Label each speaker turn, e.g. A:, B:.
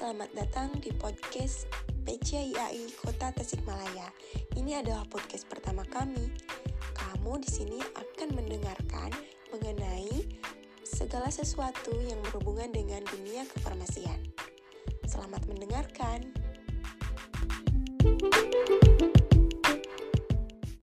A: selamat datang di podcast PCIAI Kota Tasikmalaya. Ini adalah podcast pertama kami. Kamu di sini akan mendengarkan mengenai segala sesuatu yang berhubungan dengan dunia kefarmasian. Selamat mendengarkan.